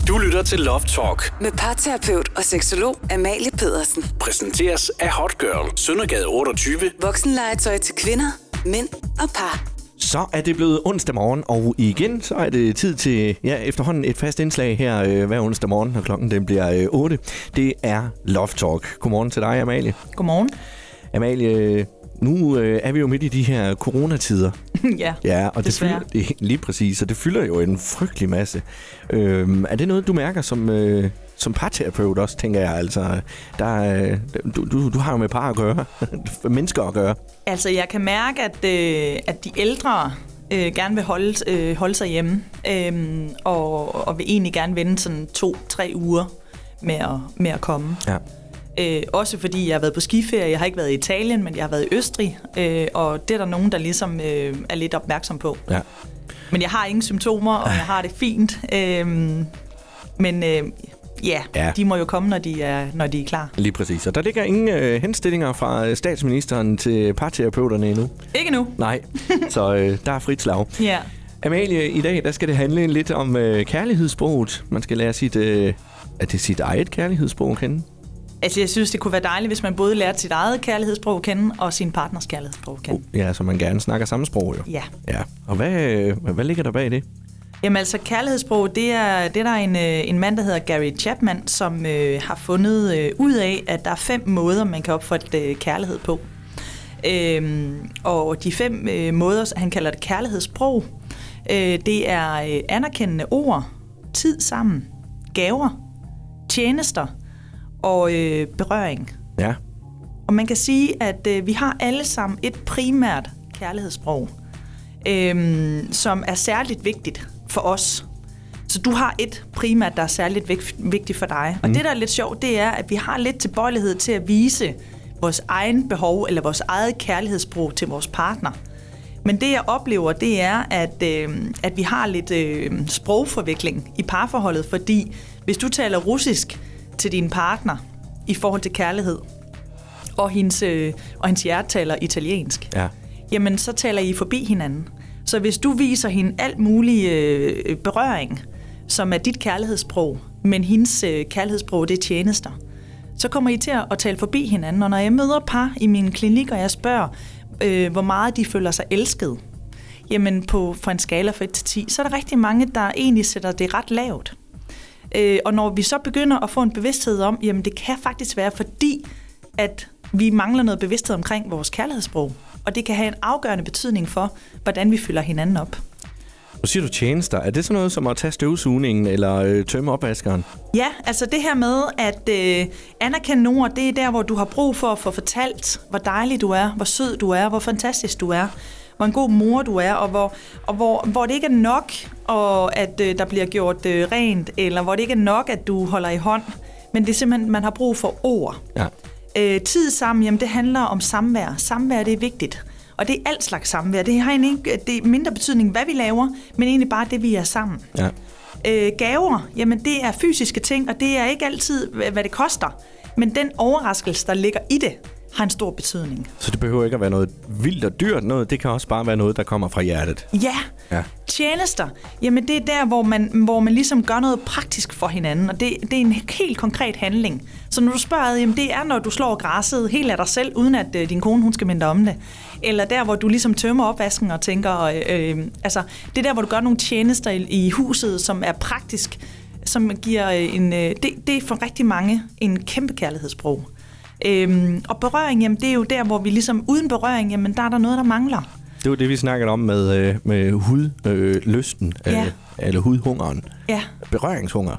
Du lytter til Love Talk. Med parterapeut og seksolog Amalie Pedersen. Præsenteres af Hot Girl, Søndergade 28. Voksenlegetøj til kvinder, mænd og par. Så er det blevet onsdag morgen, og igen så er det tid til efterhånden et fast indslag her hver onsdag morgen, når klokken den bliver 8. Det er Love Talk. Godmorgen til dig, Amalie. Godmorgen. Amalie, nu er vi jo midt i de her coronatider. Ja, og det fylder, lige præcis, og det fylder jo en frygtelig masse. Er det noget, du mærker som parterapeut også, tænker jeg? Altså, du har jo med par at gøre, mennesker at gøre. Altså, jeg kan mærke, at de ældre gerne vil holde sig hjemme, og vil egentlig gerne vente sådan 2-3 uger med at komme. Ja. Også fordi jeg har været på skiferie. Jeg har ikke været i Italien, men jeg har været i Østrig. Og det er der nogen, der ligesom er lidt opmærksom på. Ja. Men jeg har ingen symptomer, og jeg har det fint. De må jo komme, når de er klar. Lige præcis. Og der ligger ingen henstillinger fra statsministeren til parterapeuterne endnu? Ikke nu. Nej, så der er frit slag. Ja. Amalie, i dag der skal det handle lidt om kærlighedssproget. Man skal lære sit eget kærlighedssprog at kende. Altså, jeg synes, det kunne være dejligt, hvis man både lærte sit eget kærlighedssprog at kende, og sin partners kærlighedssprog at kende. Ja, så man gerne snakker samme sprog, jo. Ja. Og hvad ligger der bag det? Jamen altså, kærlighedssprog, det er der en mand, der hedder Gary Chapman, som har fundet ud af, at der er 5 måder, man kan opfatte kærlighed på. Og de 5 måder, han kalder det kærlighedssprog, det er anerkendende ord, tid sammen, gaver, tjenester og berøring. Ja. Og man kan sige, at vi har alle sammen et primært kærlighedssprog, som er særligt vigtigt for os. Så du har et primært, der er særligt vigtigt for dig. Og det, der er lidt sjovt, det er, at vi har lidt tilbøjelighed til at vise vores egen behov eller vores eget kærlighedssprog til vores partner. Men det, jeg oplever, det er, at vi har lidt sprogforvikling i parforholdet, fordi hvis du taler russisk til din partner i forhold til kærlighed, og hendes hjerte taler italiensk, jamen så taler I forbi hinanden. Så hvis du viser hende alt mulig berøring, som er dit kærlighedssprog, men hendes kærlighedssprog, det er tjenester, så kommer I til at tale forbi hinanden. Og når jeg møder par i min klinik, og jeg spørger, hvor meget de føler sig elsket, jamen fra en skala fra 1 til 10, så er der rigtig mange, der egentlig sætter det ret lavt. Og når vi så begynder at få en bevidsthed om, jamen det kan faktisk være fordi, at vi mangler noget bevidsthed omkring vores kærlighedssprog. Og det kan have en afgørende betydning for, hvordan vi fylder hinanden op. Nu siger du tjenester. Er det sådan noget som at tage støvsugningen eller tømme opvaskeren? Ja, altså det her med at anerkende ord, det er der, hvor du har brug for at få fortalt, hvor dejlig du er, hvor sød du er, hvor fantastisk du er, hvor en god mor du er, og hvor det ikke er nok, at der bliver gjort rent, eller hvor det ikke er nok, at du holder i hånd, men det er simpelthen, man har brug for ord. Ja. Tid sammen, jamen det handler om samvær. Samvær, det er vigtigt. Og det er alt slags samvær. Det har egentlig det er mindre betydning, hvad vi laver, men egentlig bare det, vi er sammen. Ja. Gaver, jamen det er fysiske ting, og det er ikke altid, hvad det koster. Men den overraskelse, der ligger i det, har en stor betydning. Så det behøver ikke at være noget vildt og dyrt noget, det kan også bare være noget, der kommer fra hjertet. Ja. Tjenester, jamen det er der, hvor man ligesom gør noget praktisk for hinanden, og det er en helt konkret handling. Så når du spørger, jamen det er, når du slår græsset helt af dig selv, uden at din kone, hun skal minde dig om det. Eller der, hvor du ligesom tømmer opvasken og tænker, altså det er der, hvor du gør nogle tjenester i huset, som er praktisk, som giver det er for rigtig mange en kæmpe kærlighedssprog. Og berøring, jamen det er jo der, hvor vi ligesom uden berøring, jamen der er der noget, der mangler. Det var det, vi snakkede om med hudlysten, eller hudhungeren. Ja. Berøringshunger.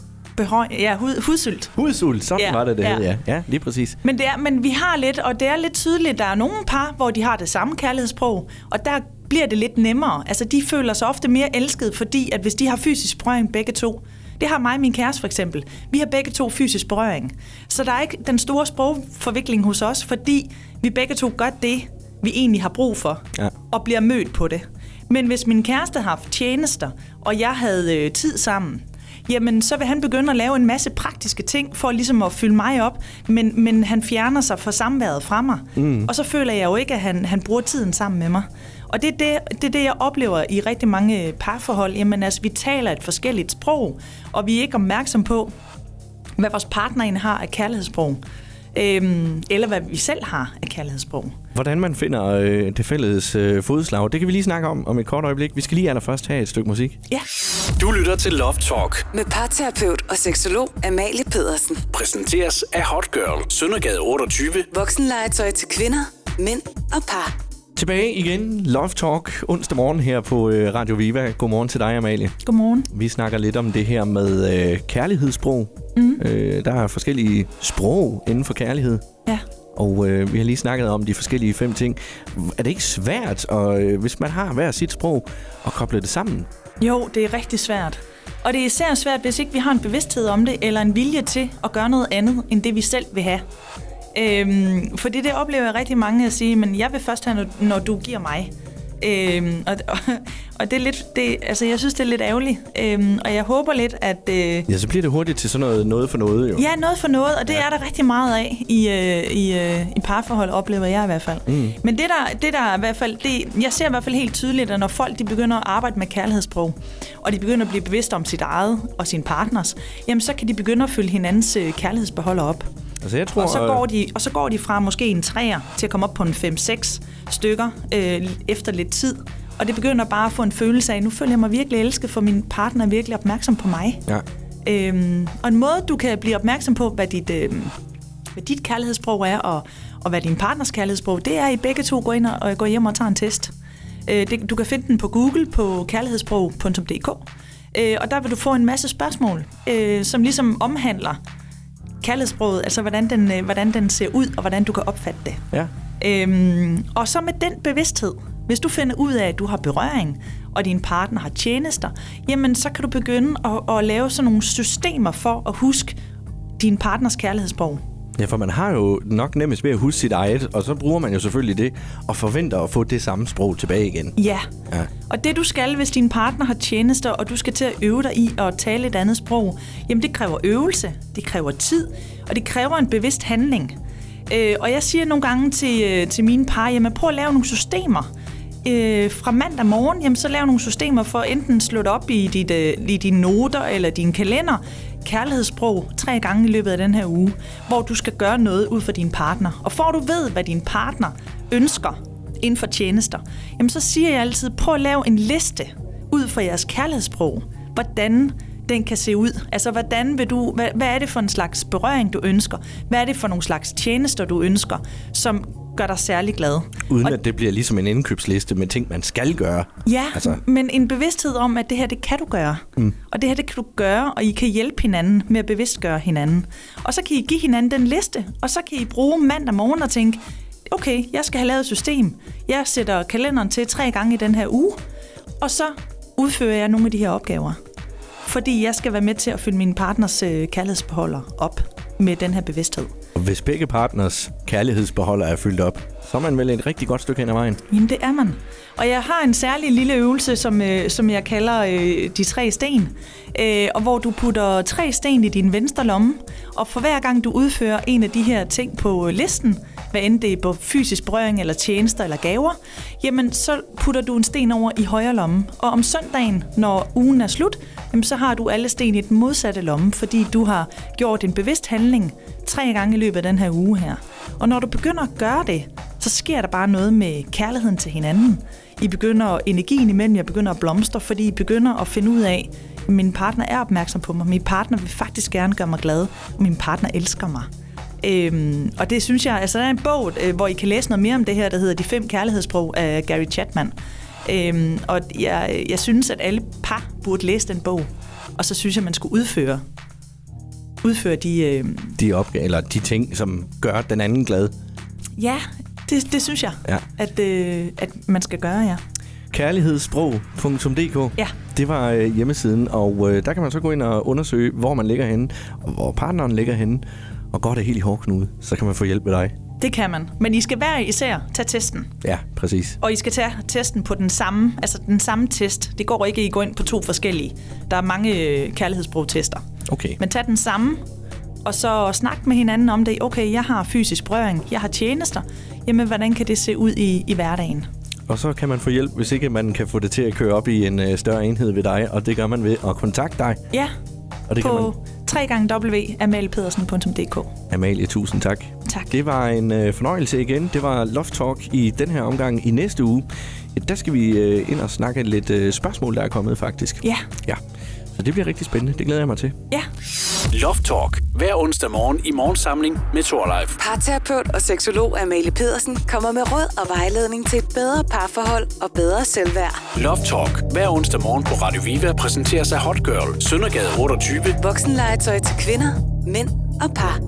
Hudsult. Hudsult, sådan var det hed, ja, lige præcis. Men vi har lidt, og det er lidt tydeligt, der er nogle par, hvor de har det samme kærlighedssprog, og der bliver det lidt nemmere. Altså, de føler sig ofte mere elskede, fordi at hvis de har fysisk berøring begge to, det har mig og min kæreste for eksempel. Vi har begge to fysisk berøring. Så der er ikke den store sprogforvikling hos os, fordi vi begge to gør det, vi egentlig har brug for, og bliver mødt på det. Men hvis min kæreste har haft tjenester, og jeg havde tid sammen, jamen så vil han begynde at lave en masse praktiske ting for ligesom at fylde mig op, men han fjerner sig fra samværet fra mig. Og så føler jeg jo ikke, at han bruger tiden sammen med mig. Og det er det, jeg oplever i rigtig mange parforhold. Jamen altså, vi taler et forskelligt sprog, og vi er ikke opmærksom på, hvad vores partner egentlig har af kærlighedssprog. Eller hvad vi selv har af kærlighedssprog. Hvordan man finder det fælles fodslag, det kan vi lige snakke om et kort øjeblik. Vi skal lige allerførst have et stykke musik. Ja. Du lytter til Love Talk. Med parterapeut og seksolog Amalie Pedersen. Præsenteres af Hot Girl, Søndergade 28. Voksenlegetøj til kvinder, mænd og par. Tilbage igen, Love Talk, onsdag morgen her på Radio Viva. Godmorgen til dig, Amalie. Godmorgen. Vi snakker lidt om det her med kærlighedssprog. Der er forskellige sprog inden for kærlighed. Ja. Og vi har lige snakket om de forskellige 5 ting. Er det ikke svært, hvis man har hver sit sprog, at koble det sammen? Jo, det er rigtig svært. Og det er især svært, hvis ikke vi har en bevidsthed om det, eller en vilje til at gøre noget andet, end det vi selv vil have. Fordi det oplever jeg rigtig mange at sige, men jeg vil først have, når du giver mig. Og det er lidt, altså jeg synes, det er lidt ærgerligt. Og jeg håber lidt, at... Ja, så bliver det hurtigt til sådan noget for noget, jo. Ja, noget for noget, og det er der rigtig meget af i parforhold, oplever jeg i hvert fald. Men det der i hvert fald, jeg ser i hvert fald helt tydeligt, at når folk de begynder at arbejde med kærlighedssprog, og de begynder at blive bevidste om sit eget og sin partners, jamen så kan de begynde at fylde hinandens kærlighedsbeholder op. Altså, jeg tror, og så går de fra måske en 3'er til at komme op på en 5-6 stykker efter lidt tid. Og det begynder bare at få en følelse af, nu føler jeg mig virkelig elsket, for min partner er virkelig opmærksom på mig. Ja. Og en måde, du kan blive opmærksom på, hvad dit kærlighedssprog er, og hvad din partners kærlighedssprog, det er, at I begge to går ind og går hjem og tager en test. Du kan finde den på Google på kærlighedssprog.dk. Og der vil du få en masse spørgsmål, som ligesom omhandler kærlighedssproget, altså hvordan den ser ud, og hvordan du kan opfatte det. Ja. Og så med den bevidsthed, hvis du finder ud af, at du har berøring, og din partner har tjenester, jamen så kan du begynde at lave sådan nogle systemer for at huske din partners kærlighedssprog. Ja, for man har jo nok nemmest ved at huske sit eget, og så bruger man jo selvfølgelig det, og forventer at få det samme sprog tilbage igen. Ja. Og det du skal, hvis din partner har tjenester, og du skal til at øve dig i at tale et andet sprog, jamen det kræver øvelse, det kræver tid, og det kræver en bevidst handling. Og jeg siger nogle gange til mine par, jamen prøv at lave nogle systemer. Fra mandag morgen, jamen så lav nogle systemer for enten slå det op i dine noter eller din kalender, kærlighedssprog 3 gange i løbet af den her uge, hvor du skal gøre noget ud for din partner. Og for du ved, hvad din partner ønsker inden for tjenester, jamen så siger jeg altid, prøv at lave en liste ud for jeres kærlighedssprog. Hvordan den kan se ud. Altså, hvad er det for en slags berøring, du ønsker? Hvad er det for nogle slags tjenester, du ønsker, som gør dig særlig glad? Uden at det bliver ligesom en indkøbsliste med ting, man skal gøre. Ja, altså. Men en bevidsthed om, at det her, det kan du gøre. Og det her, det kan du gøre, og I kan hjælpe hinanden med at bevidstgøre hinanden. Og så kan I give hinanden den liste, og så kan I bruge mandag morgen og tænke, okay, jeg skal have lavet et system. Jeg sætter kalenderen til 3 gange i den her uge, og så udfører jeg nogle af de her opgaver. Fordi jeg skal være med til at fylde min partners kærlighedsbeholder op med den her bevidsthed. Og hvis begge partners kærlighedsbeholder er fyldt op, så er man vel et rigtig godt stykke hen ad vejen. Jamen det er man. Og jeg har en særlig lille øvelse, som jeg kalder de 3 sten. Og hvor du putter 3 sten i din venstre lomme. Og for hver gang du udfører en af de her ting på listen, hvad end det er på fysisk berøring eller tjenester eller gaver, jamen så putter du en sten over i højre lomme. Og om søndagen, når ugen er slut, jamen så har du alle sten i den modsatte lomme, fordi du har gjort en bevidst handling 3 gange i løbet af den her uge her. Og når du begynder at gøre det, så sker der bare noget med kærligheden til hinanden. Energien imellem jer begynder at blomstre, fordi I begynder at finde ud af, at min partner er opmærksom på mig, min partner vil faktisk gerne gøre mig glad, og min partner elsker mig. Og det synes jeg, altså der er en bog, hvor I kan læse noget mere om det her, der hedder De 5 kærlighedssprog af Gary Chapman. Og jeg synes, at alle par burde læse den bog, og så synes jeg, man skulle udføre de opgaver, eller de ting, som gør den anden glad. Ja, det synes jeg, at man skal gøre, ja. Kærlighedssprog.dk. Ja. Det var hjemmesiden, og der kan man så gå ind og undersøge, hvor man ligger henne, og hvor partneren ligger henne, og går det helt i hårdknude, så kan man få hjælp med dig. Det kan man, men I skal hver især tage testen. Ja, præcis. Og I skal tage testen på den samme test. Det går ikke, at I går ind på 2 forskellige. Der er mange kærlighedssprogtester. Okay. Men tag den samme, og så snak med hinanden om det. Okay, jeg har fysisk berøring, jeg har tjenester. Jamen, hvordan kan det se ud i hverdagen? Og så kan man få hjælp, hvis ikke man kan få det til at køre op i en større enhed ved dig. Og det gør man ved at kontakte dig. Ja, og det på www.amaliepedersen.dk. Amalie, tusind tak. Tak. Det var en fornøjelse igen. Det var Love Talk i den her omgang. I næste uge, der skal vi ind og snakke lidt spørgsmål, der er kommet faktisk. Ja. Så det bliver rigtig spændende. Det glæder jeg mig til. Ja. Love Talk. Hver onsdag morgen i Morgensamling med Thorleif. Parterapeut og seksolog Amalie Pedersen kommer med råd og vejledning til et bedre parforhold og bedre selvværd. Love Talk. Hver onsdag morgen på Radio Viva præsenteres af Hot Girl. Søndergade 28. Voksenlegetøj til kvinder, mænd og par.